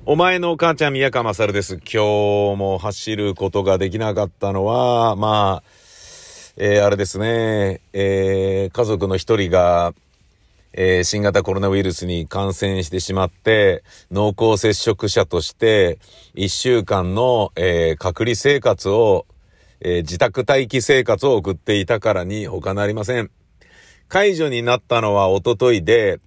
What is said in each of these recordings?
お前のお母ちゃん宮川勝です。今日も走ることができなかったのは、あれですね、家族の一人が、新型コロナウイルスに感染してしまって、濃厚接触者として、1週間の、隔離生活を、自宅待機生活を送っていたからに他なりません。解除になったのは一昨日で、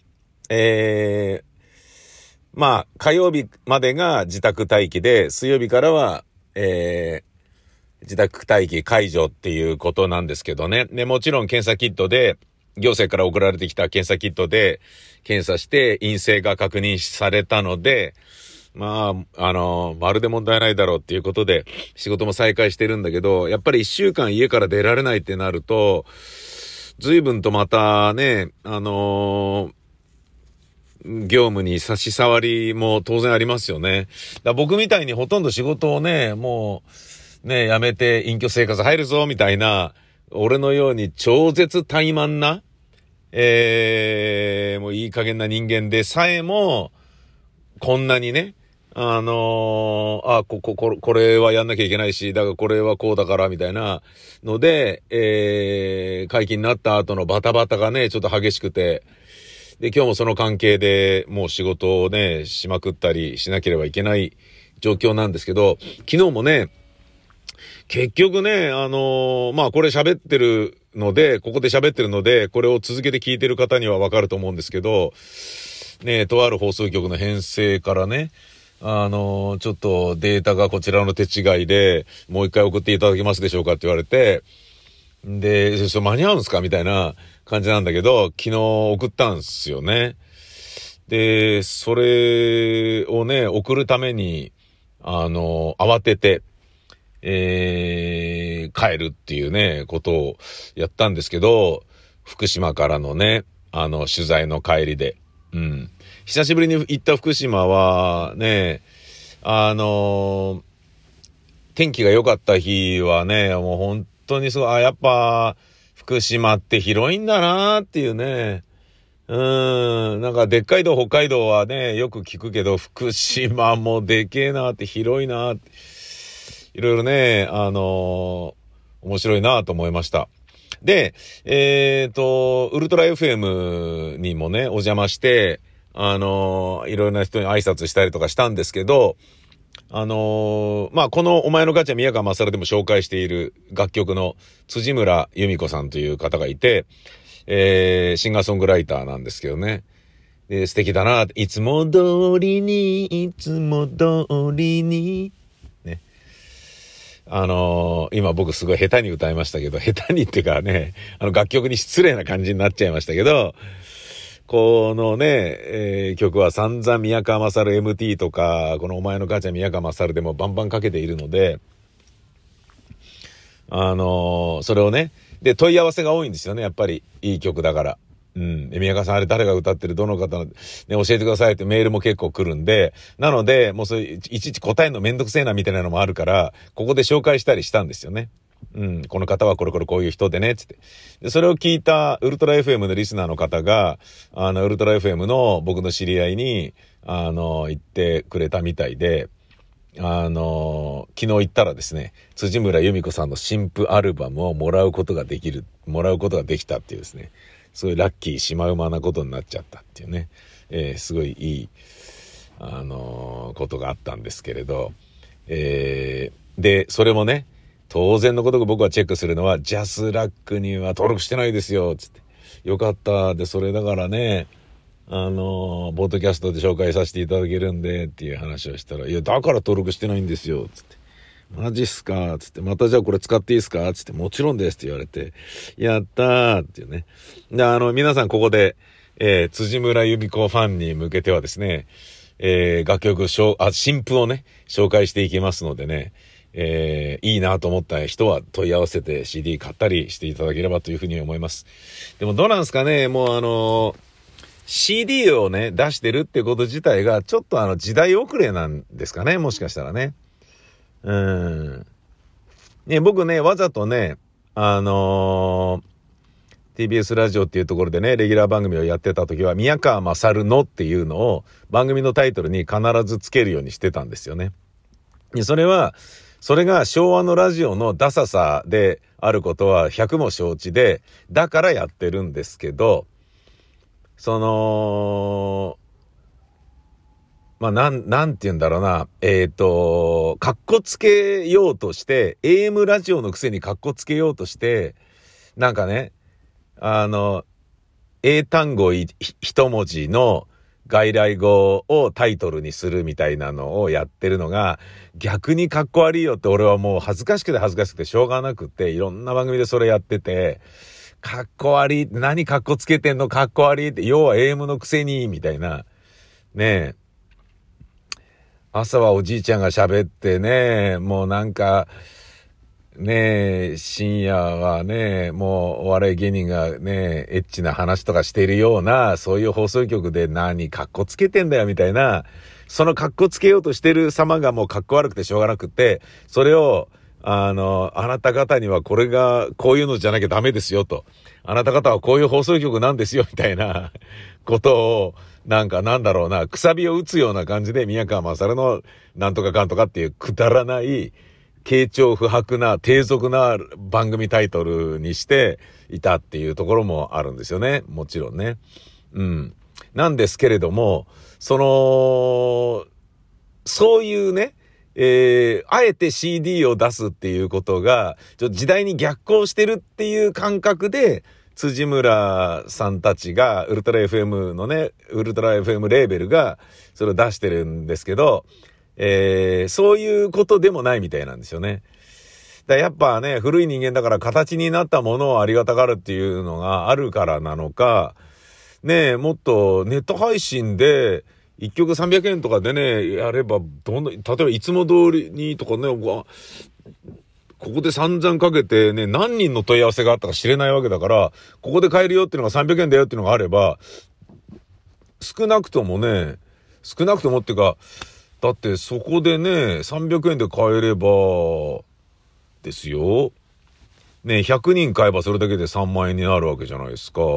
火曜日までが自宅待機で、水曜日からは、自宅待機解除っていうことなんですけどね。で、もちろん検査キットで、行政から送られてきた検査キットで検査して陰性が確認されたので、まるで問題ないだろうっていうことで仕事も再開してるんだけど、やっぱり1週間家から出られないってなると、随分とまたね、業務に差し障りも当然ありますよね。僕みたいにほとんど仕事をね、もうね、辞めて隠居生活入るぞみたいな、俺のように超絶怠慢な、もういい加減な人間でさえも、こんなにね、これはやんなきゃいけないし、だからこれはこうだからみたいなので、解禁になった後のバタバタがね、ちょっと激しくて、で、今日もその関係でもう仕事をね、しまくったりしなければいけない状況なんですけど、昨日もね、結局ね、これ喋ってるので、ここで喋ってるので、これを続けて聞いてる方にはわかると思うんですけど、ね、とある放送局の編成からね、ちょっとデータがこちらの手違いで、もう一回送っていただけますでしょうかって言われて、で、それ間に合うんすかみたいな感じなんだけど、昨日送ったんですよね。で、それをね、送るために、慌てて、帰るっていうね、ことをやったんですけど、福島からのね、取材の帰りで。久しぶりに行った福島はね、天気が良かった日はね、もう本当にすごい、やっぱ、福島って広いんだなーっていうね。なんかでっかい道北海道はね、よく聞くけど、福島もでけえなーって広いなーって、いろいろね、面白いなと思いました。で、ウルトラ FM にもね、お邪魔して、いろいろな人に挨拶したりとかしたんですけど、このお前のガチャ宮川勝でも紹介している楽曲の辻村由美子さんという方がいて、シンガーソングライターなんですけどね。で、素敵だな、いつも通りに、いつも通りに、ね。今僕すごい下手に歌いましたけど、下手にっていうかね、楽曲に失礼な感じになっちゃいましたけど、このね、曲は散々宮川勝 MT とか、このお前の母ちゃん宮川勝でもバンバンかけているので、それをね、で、問い合わせが多いんですよね、やっぱり。いい曲だから。宮川さんあれ誰が歌ってるどの方の、ね、教えてくださいってメールも結構来るんで、なので、もうそういう、いちいち答えるのめんどくせえなみたいなのもあるから、ここで紹介したりしたんですよね。この方はこういう人でね、つって。で、それを聞いたウルトラ FM のリスナーの方が、ウルトラ FM の僕の知り合いに、言ってくれたみたいで、昨日行ったらですね、辻村由美子さんの新譜アルバムをもらうことができたっていうですね、すごいラッキーシマウマなことになっちゃったっていうね、すごいいい、ことがあったんですけれど、で、それもね、当然のことが僕はチェックするのは、ジャスラックには登録してないですよ、つって。よかった。で、それだからね、ポッドキャストで紹介させていただけるんで、っていう話をしたら、いや、だから登録してないんですよ、つって。マジっすかつって、またじゃあこれ使っていいですかつって、もちろんですって言われて、やったーっていうね。で、皆さんここで、辻村由美子ファンに向けてはですね、楽曲新譜をね、紹介していきますのでね、いいなと思った人は問い合わせて CD 買ったりしていただければというふうに思います。でもどうなんですかね、もうCD をね、出してるってこと自体がちょっと時代遅れなんですかね、もしかしたらね。ね、僕ね、わざとね、 TBS ラジオっていうところでね、レギュラー番組をやってた時は、宮川勝のっていうのを番組のタイトルに必ずつけるようにしてたんですよね。それが昭和のラジオのダサさであることは100も承知で、だからやってるんですけど、なんて言うんだろうな、かっこつけようとして、AM ラジオのくせにかっこつけようとして、なんかね、英単語一文字の外来語をタイトルにするみたいなのをやってるのが逆にかっこ悪いよって俺はもう恥ずかしくてしょうがなくて、いろんな番組でそれやってて、かっこ悪い、何かっこつけてんのかっこ悪いって、要は AM のくせにみたいなねえ、朝はおじいちゃんが喋ってね、もうなんかねえ、深夜はね、もうお笑い芸人がね、エッチな話とかしているような、そういう放送局で何かっこつけてんだよみたいな、そのかっこつけようとしてる様がもうかっこ悪くてしょうがなくて、それを、あなた方にはこれが、こういうのじゃなきゃダメですよと。あなた方はこういう放送局なんですよみたいなことを、なんだろうな、くさびを打つような感じで宮川勝のなんとかかんとかっていうくだらない、軽重不白な低俗な番組タイトルにしていたっていうところもあるんですよね。もちろんね。なんですけれども、そういうね、あえて CD を出すっていうことが、時代に逆行してるっていう感覚で、辻村さんたちが、ウルトラ FM のね、ウルトラ FM レーベルが、それを出してるんですけど、そういうことでもないみたいなんですよね。やっぱね、古い人間だから形になったものをありがたがるっていうのがあるからなのか、ねえ、もっとネット配信で、1曲300円とかでね、やれば、例えばいつも通りにとかね、ここで散々かけてね、何人の問い合わせがあったか知れないわけだから、ここで買えるよっていうのが300円だよっていうのがあれば、少なくともっていうか、だってそこでね、300円で買えれば、ですよ。ね、100人買えばそれだけで3万円になるわけじゃないですか。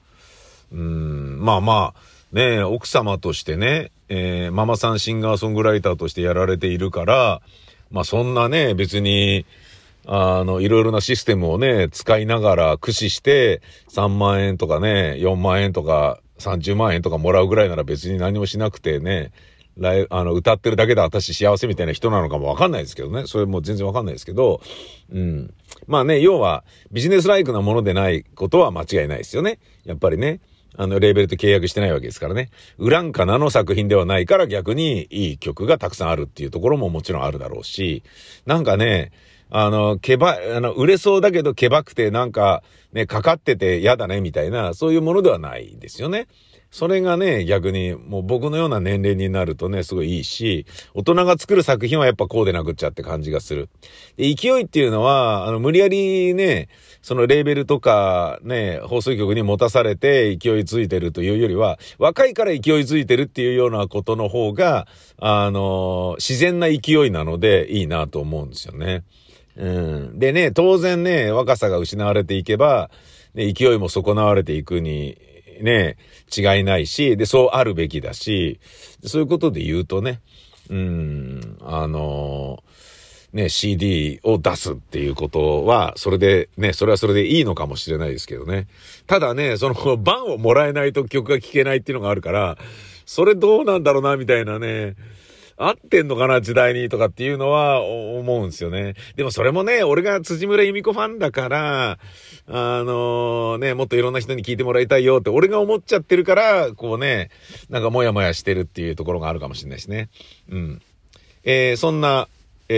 ね、奥様としてね、ママさんシンガーソングライターとしてやられているから、そんなね、別に、いろいろなシステムをね、使いながら駆使して、3万円とかね、4万円とか、30万円とかもらうぐらいなら別に何もしなくてね、歌ってるだけで私幸せみたいな人なのかもわかんないですけどね。それも全然わかんないですけど、要は、ビジネスライクなものでないことは間違いないですよね。やっぱりね。レーベルと契約してないわけですからね。ウランカナの作品ではないから逆にいい曲がたくさんあるっていうところももちろんあるだろうし、なんかね、売れそうだけどけばくてなんかね、かかってて嫌だねみたいな、そういうものではないですよね。それがね、逆にもう僕のような年齢になるとね、すごいいいし、大人が作る作品はやっぱこうでなくっちゃって感じがする。で、勢いっていうのは、無理やりね、そのレーベルとかね、放送局に持たされて勢いついてるというよりは、若いから勢いづいてるっていうようなことの方が、自然な勢いなのでいいなと思うんですよね。でね、当然ね、若さが失われていけば、ね、勢いも損なわれていくに、ね、違いないし、で、そうあるべきだし、そういうことで言うとね、CD を出すっていうことは、それはそれでいいのかもしれないですけどね。ただね、版をもらえないと曲が聴けないっていうのがあるから、それどうなんだろうな、みたいなね、合ってんのかな時代にとかっていうのは思うんですよね。でもそれもね、俺が辻村由美子ファンだから、もっといろんな人に聞いてもらいたいよって俺が思っちゃってるから、こうね、なんかもやもやしてるっていうところがあるかもしれないですね。そんな、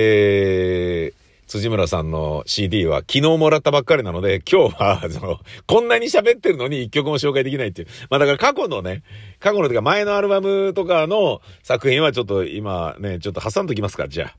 辻村さんの CD は昨日もらったばっかりなので、今日は、こんなに喋ってるのに一曲も紹介できないっていう。だから過去のというか前のアルバムとかの作品はちょっと今ね、ちょっと挟んときますか、じゃあ。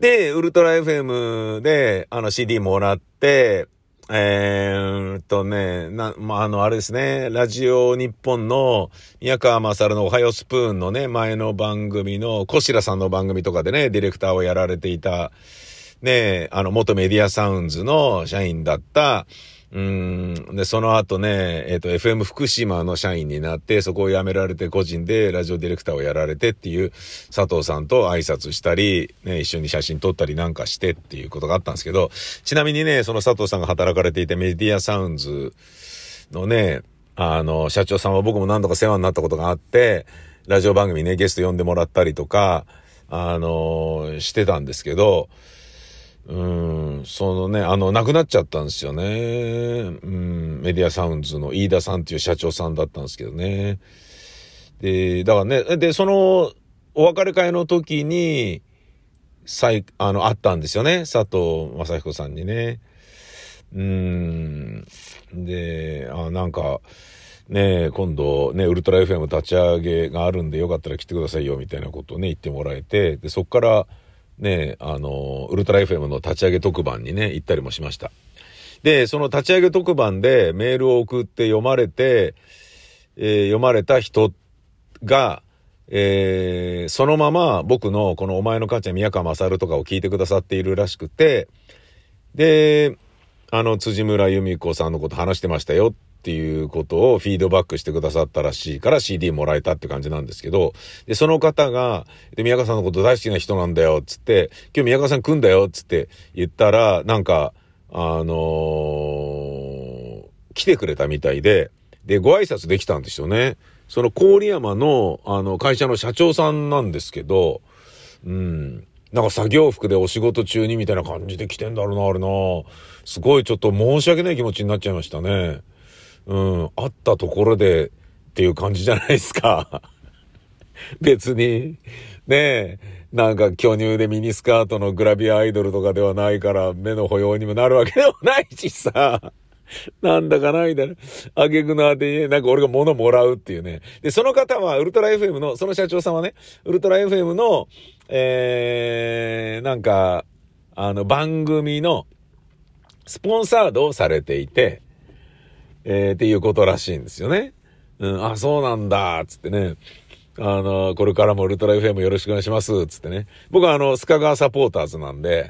で、ウルトラ FM で、CD もらって、あれですね、ラジオ日本の宮川勝のおはようスプーンのね、前の番組の、小白さんの番組とかでね、ディレクターをやられていた、ね、元メディアサウンズの社員だった、で、その後ね、FM 福島の社員になって、そこを辞められて個人でラジオディレクターをやられてっていう佐藤さんと挨拶したり、ね、一緒に写真撮ったりなんかしてっていうことがあったんですけど、ちなみにね、その佐藤さんが働かれていてメディアサウンズのね、社長さんは僕も何度か世話になったことがあって、ラジオ番組ね、ゲスト呼んでもらったりとか、してたんですけど、そのね、亡くなっちゃったんですよね。メディアサウンズの飯田さんっていう社長さんだったんですけどね。で、だからね、で、その、お別れ会の時に、会ったんですよね。佐藤正彦さんにね。で、なんか、ね、今度ね、ウルトラ FM 立ち上げがあるんでよかったら来てくださいよみたいなことをね、言ってもらえて、で、そっから、ね、ウルトラ FM の立ち上げ特番にね、行ったりもしました。で、その立ち上げ特番でメールを送って読まれて、読まれた人が、そのまま僕のこのお前の母ちゃん宮川勝とかを聞いてくださっているらしくて、で、辻村由美子さんのこと話してましたよっていうことをフィードバックしてくださったらしいから CD もらえたって感じなんですけど、で、その方が、で、宮川さんのこと大好きな人なんだよ、つって、今日宮川さん来んだよ、つって言ったら、なんか、来てくれたみたいで、で、ご挨拶できたんですよね。その郡山の、会社の社長さんなんですけど、なんか作業服でお仕事中にみたいな感じで来てんだろうな、あれな。すごいちょっと申し訳ない気持ちになっちゃいましたね。会ったところでっていう感じじゃないですか。別に、ねえ、なんか巨乳でミニスカートのグラビアアイドルとかではないから目の保養にもなるわけでもないしさ。なんだかなみたいな。挙句の果てにね、なんか俺が物もらうっていうね。で、その方はウルトラ FM の、その社長さんはね、ウルトラ FM の、なんか、番組のスポンサードをされていて、っていうことらしいんですよね。あ、そうなんだ、つってね。これからもウルトラ FM よろしくお願いします、つってね。僕は須賀川サポーターズなんで、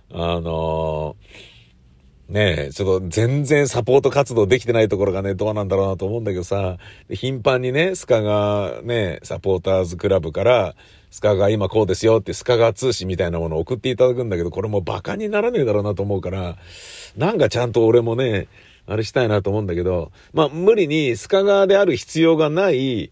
ねえ、ちょっと全然サポート活動できてないところがね、どうなんだろうなと思うんだけどさ、頻繁にね、須賀川ね、サポーターズクラブから、須賀川今こうですよって須賀川通信みたいなものを送っていただくんだけど、これもうバカにならねえだろうなと思うから、なんかちゃんと俺もね、あれしたいなと思うんだけど、まあ無理に須賀川である必要がない、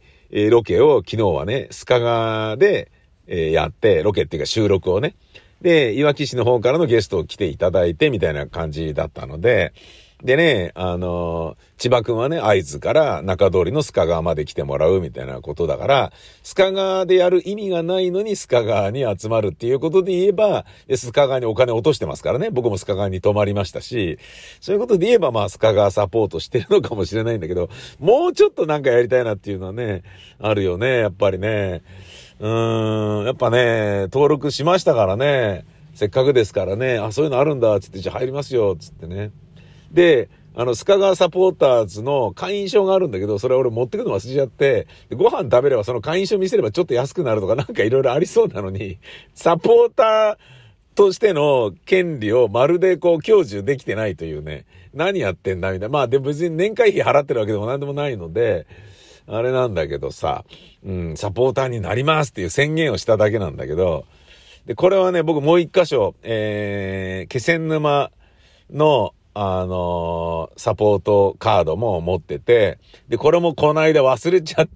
ロケを昨日はね、須賀川で、やって、ロケっていうか収録をね、で、いわき市の方からのゲストを来ていただいてみたいな感じだったので、でね、千葉くんはね、会津から中通りの須賀川まで来てもらうみたいなことだから、須賀川でやる意味がないのに須賀川に集まるっていうことで言えば、須賀川にお金落としてますからね、僕も須賀川に泊まりましたし、そういうことで言えばまあ須賀川サポートしてるのかもしれないんだけど、もうちょっとなんかやりたいなっていうのはね、あるよね、やっぱりね。やっぱね、登録しましたからね、せっかくですからね、あ、そういうのあるんだ、つって、じゃあ入りますよ、つってね。で、須賀川サポーターズの会員証があるんだけど、それ俺持ってくの忘れちゃって、ご飯食べればその会員証見せればちょっと安くなるとかなんかいろいろありそうなのに、サポーターとしての権利をまるでこう享受できてないというね、何やってんだみたいな。まあでも別に年会費払ってるわけでもなんでもないので、あれなんだけどさ、サポーターになりますっていう宣言をしただけなんだけど、で、これはね、僕もう一箇所、気仙沼の、サポートカードも持ってて、で、これもこの間忘れちゃって、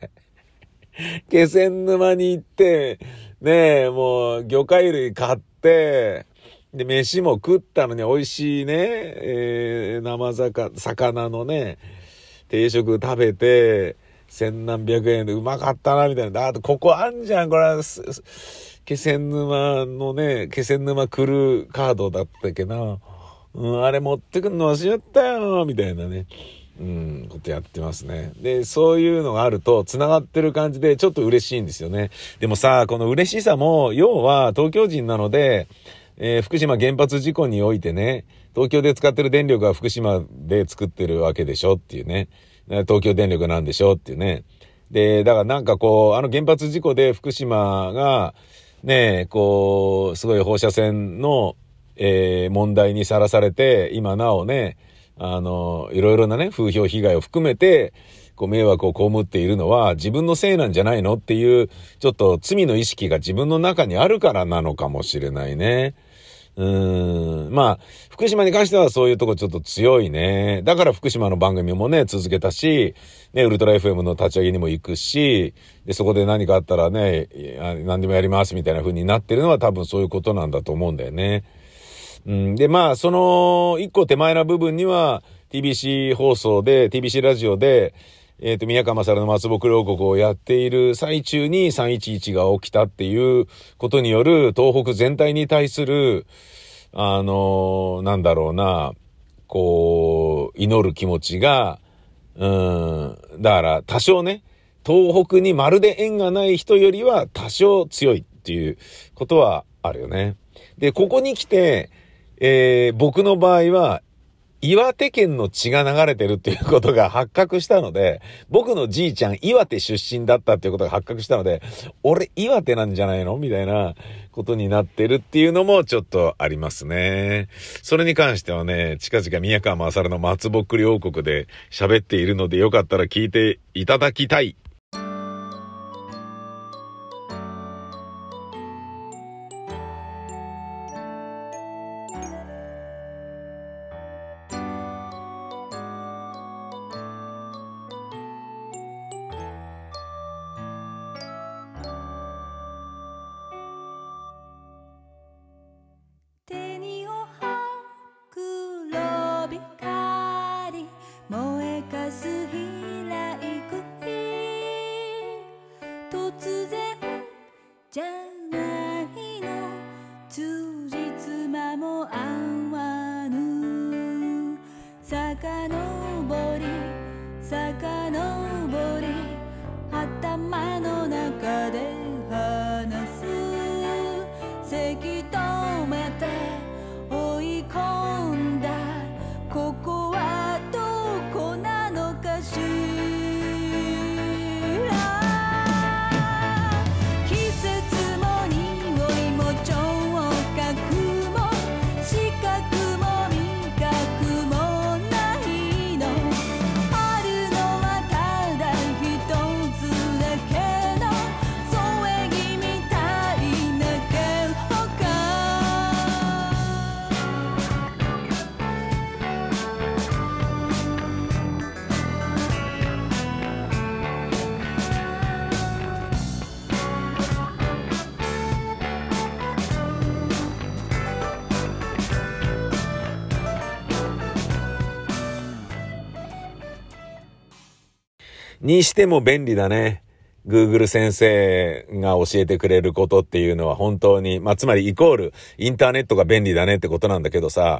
気仙沼に行って、ねえ、もう魚介類買って、で、飯も食ったのに美味しいね、魚のね、定食食べて、千何百円でうまかったな、みたいな。あと、ここあんじゃん、これは、気仙沼のね、気仙沼来るカードだったっけな。あれ持ってくんの忘れちゃったよ、みたいなね。 ことやってますね。で、そういうのがあると繋がってる感じでちょっと嬉しいんですよね。でもさ、この嬉しさも、要は東京人なので、福島原発事故においてね、東京で使ってる電力は福島で作ってるわけでしょっていうね。東京電力なんでしょっていうね。で、だからなんかこう、原発事故で福島が、ね、こう、すごい放射線の、問題にさらされて、今なおね、いろいろなね、風評被害を含めて、こう、迷惑を被っているのは自分のせいなんじゃないのっていう、ちょっと罪の意識が自分の中にあるからなのかもしれないね。まあ、福島に関してはそういうとこちょっと強いね。だから福島の番組もね、続けたし、ね、ウルトラ FM の立ち上げにも行くし、で、そこで何かあったらね、何でもやりますみたいな風になってるのは多分そういうことなんだと思うんだよね。で、まあ、その、一個手前な部分には、TBC 放送で、TBC ラジオで、宮川勝の松木両国をやっている最中に311が起きたっていうことによる東北全体に対する、なんだろうな、こう、祈る気持ちが、だから多少ね、東北にまるで縁がない人よりは多少強いっていうことはあるよね。で、ここに来て、僕の場合は、岩手県の血が流れてるっていうことが発覚したので、僕のじいちゃん岩手出身だったっていうことが発覚したので、俺岩手なんじゃないのみたいなことになってるっていうのもちょっとありますね。それに関してはね、近々宮川勝の松ぼっくり王国で喋っているので、よかったら聞いていただきたい。 頭の中で話すせき止めて追い込んだここはどこなのかしら季節も匂いも聴覚も視覚も味覚もないのあるのはただ一つだけの添え木みたいな言語かにしても便利だね。Google 先生が教えてくれることっていうのは本当に、つまりイコールインターネットが便利だねってことなんだけどさ、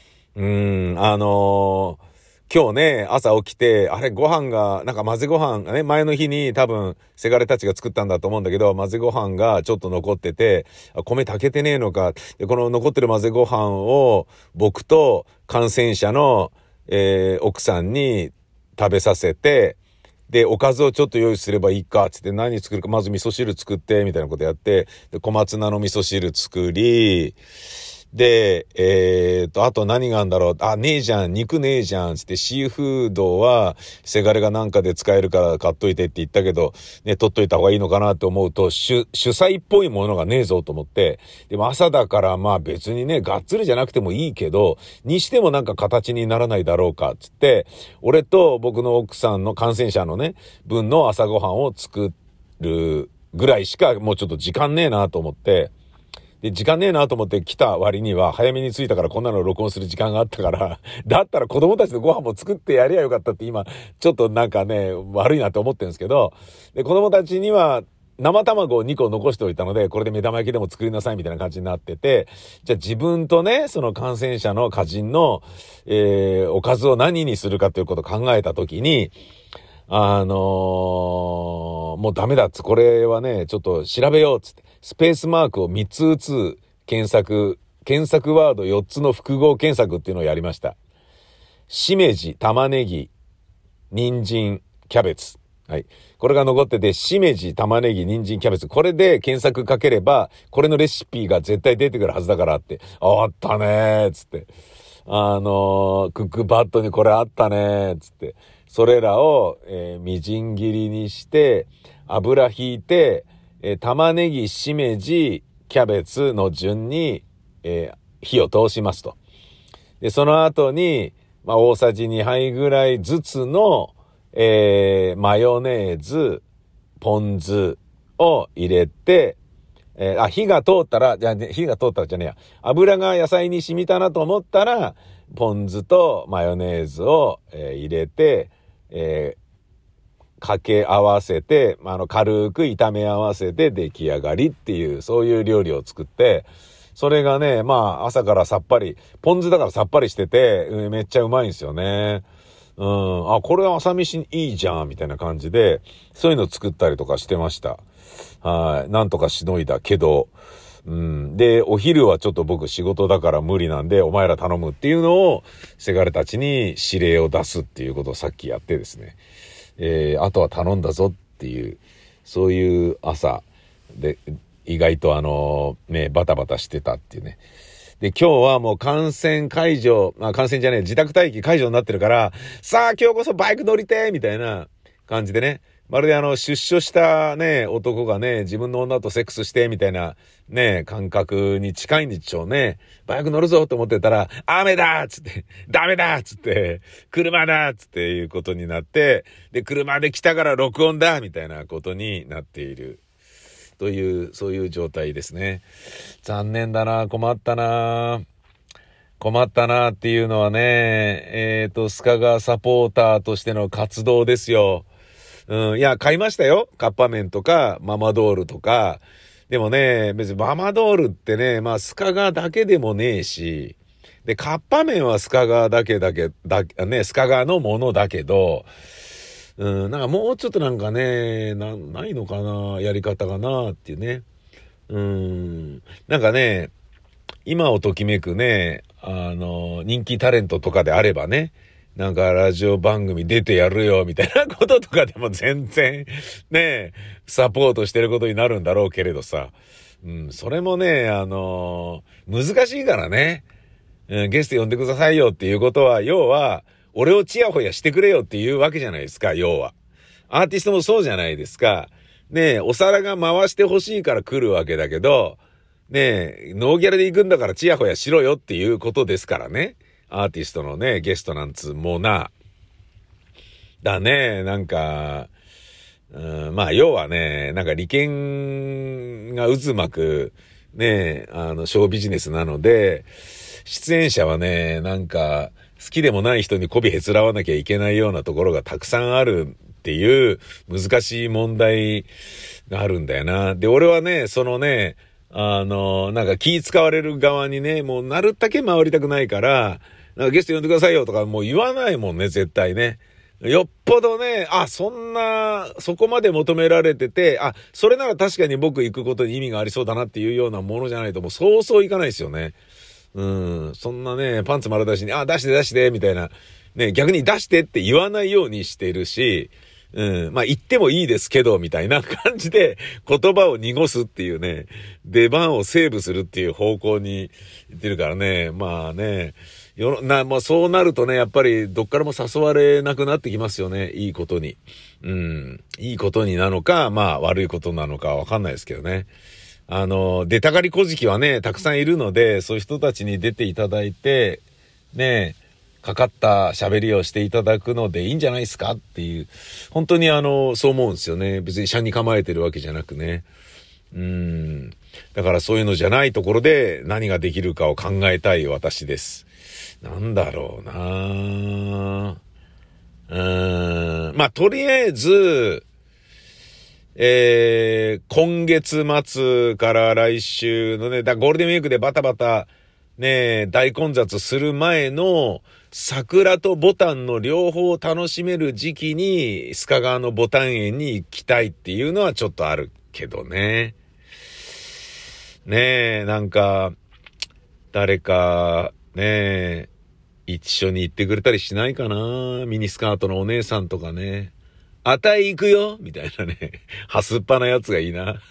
今日ね、朝起きて、あれご飯が、なんか混ぜご飯がね、前の日に多分、せがれたちが作ったんだと思うんだけど、混ぜご飯がちょっと残ってて、米炊けてねえのか。で、この残ってる混ぜご飯を、僕と感染者の、奥さんに食べさせて、で、おかずをちょっと用意すればいいか、つって何作るか、まず味噌汁作って、みたいなことやって、で、小松菜の味噌汁作り、で、あと何があるんだろう。ねえじゃん、肉ねえじゃん、つってシーフードは、せがれがなんかで使えるから買っといてって言ったけど、ね、取っといた方がいいのかなって思うと、主菜っぽいものがねえぞと思って、でも朝だから別にね、がっつりじゃなくてもいいけど、にしてもなんか形にならないだろうか、つって、俺と僕の奥さんの感染者のね、分の朝ごはんを作るぐらいしか、もうちょっと時間ねえなと思って、で、時間ねえなと思って来た割には早めに着いたからこんなの録音する時間があったから、だったら子供たちのご飯も作ってやりゃよかったって今、ちょっとなんかね、悪いなって思ってるんですけど、で、子供たちには生卵を2個残しておいたので、これで目玉焼きでも作りなさいみたいな感じになってて、じゃあ自分とね、その感染者の家人の、おかずを何にするかということを考えたときに、もうダメだっつ、これはね、ちょっと調べようっつって、スペースマークを3つ打つ検索ワード4つの複合検索っていうのをやりました。しめじ、玉ねぎ、人参、キャベツ。はい。これが残ってて、しめじ、玉ねぎ、人参、キャベツ。これで検索かければ、これのレシピが絶対出てくるはずだからって。あったねーつって。クックパッドにこれあったねーつって。それらを、みじん切りにして、油ひいて、玉ねぎ、しめじ、キャベツの順に、火を通しますと。で、その後に、大さじ2杯ぐらいずつの、マヨネーズ、ポン酢を入れて、火が通ったらじゃねえや。油が野菜に染みたなと思ったら、ポン酢とマヨネーズを、入れて、掛け合わせて、軽く炒め合わせて出来上がりっていう、そういう料理を作って、それがね、朝からさっぱり、ポン酢だからさっぱりしてて、めっちゃうまいんですよね。これは朝飯いいじゃん、みたいな感じで、そういうの作ったりとかしてました。はい。なんとかしのいだけど、で、お昼はちょっと僕仕事だから無理なんで、お前ら頼むっていうのを、せがれたちに指令を出すっていうことをさっきやってですね。あとは頼んだぞっていう、そういう朝で、意外とバタバタしてたっていうね。で、今日はもう感染解除、感染じゃねえ、自宅待機解除になってるから、さあ今日こそバイク乗りてーみたいな感じでね、まるで出所したね、男がね、自分の女とセックスしてみたいなね、感覚に近いんでしょうね。バイク乗るぞと思ってたら、雨だーっつって、ダメだーっつって、車だーっつっていうことになって、で、車で来たから録音だみたいなことになっている。という、そういう状態ですね。残念だな、困ったなっていうのはね、須賀川サポーターとしての活動ですよ。いや、買いましたよ。カッパ麺とか、ママドールとか。でもね、別にママドールってね、須賀川だけでもねえし、で、カッパ麺は須賀川須賀川のものだけど、なんかもうちょっとなんかね、ないのかな、やり方がなっていうね。なんかね、今をときめくね、人気タレントとかであればね、なんかラジオ番組出てやるよみたいなこととかでも全然ね、サポートしてることになるんだろうけれどさ、それもね、難しいからね、ゲスト呼んでくださいよっていうことは、要は、俺をチヤホヤしてくれよっていうわけじゃないですか、要は。アーティストもそうじゃないですか。ねえ、お皿が回してほしいから来るわけだけど、ねえ、ノーギャラで行くんだからチヤホヤしろよっていうことですからね。アーティストのね、ゲストなんつもうな。だね、なんか、要はね、なんか利権が渦巻く、ね、ショービジネスなので、出演者はね、なんか、好きでもない人に媚びへつらわなきゃいけないようなところがたくさんあるっていう難しい問題があるんだよな。で、俺はね、そのね、なんか気使われる側にね、もうなるだけ回りたくないから、なんかゲスト呼んでくださいよとかもう言わないもんね、絶対ね。よっぽどね、そこまで求められてて、それなら確かに僕行くことに意味がありそうだなっていうようなものじゃないともうそうそういかないですよね。そんなね、パンツ丸出しに、出してみたいな。ね、逆に出してって言わないようにしてるし、言ってもいいですけど、みたいな感じで言葉を濁すっていうね、出番をセーブするっていう方向に行ってるからね、そうなるとね、やっぱりどっからも誘われなくなってきますよね、いいことに。いいことになのか、悪いことなのかわかんないですけどね。出たがり小じはね、たくさんいるので、そういう人たちに出ていただいて、ね、かかった喋りをしていただくのでいいんじゃないですかっていう、本当にそう思うんですよね。別に車に構えてるわけじゃなくね。だからそういうのじゃないところで何ができるかを考えたい私です。なんだろうなとりあえず、 今月末から来週のね、ゴールデンウィークでバタバタね、大混雑する前の桜とボタンの両方楽しめる時期に須賀川のボタン園に行きたいっていうのはちょっとあるけどね。ねえ、なんか、誰か、ねえ、一緒に行ってくれたりしないかな。ミニスカートのお姉さんとかね。あたい行くよみたいなね。はすっぱなやつがいいな。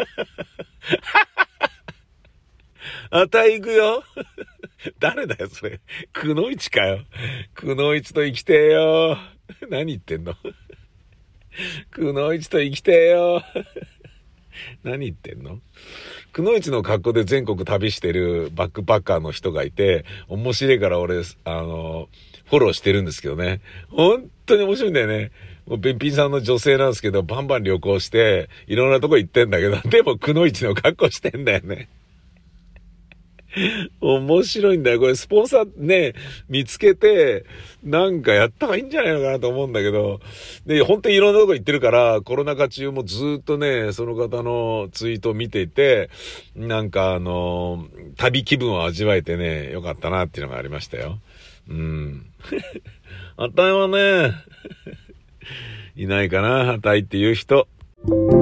あたい行くよ誰だよ、それ。くのいちかよ。くのいちと生きてえよ。何言ってんのくのいちと生きてえよ。何言ってんの？くのいちの格好で全国旅してるバックパッカーの人がいて、面白いから俺、フォローしてるんですけどね。本当に面白いんだよね。もうべっぴんさんの女性なんですけど、バンバン旅行して、いろんなとこ行ってんだけど、でもくのいちの格好してんだよね。面白いんだよ。これスポンサーね、見つけて、なんかやった方がいいんじゃないのかなと思うんだけど、で、本当にいろんなとこ行ってるから、コロナ禍中もずっとね、その方のツイートを見ていて、なんか旅気分を味わえてね、よかったなっていうのがありましたよ。うん。あたいはね、いないかな、あたいっていう人。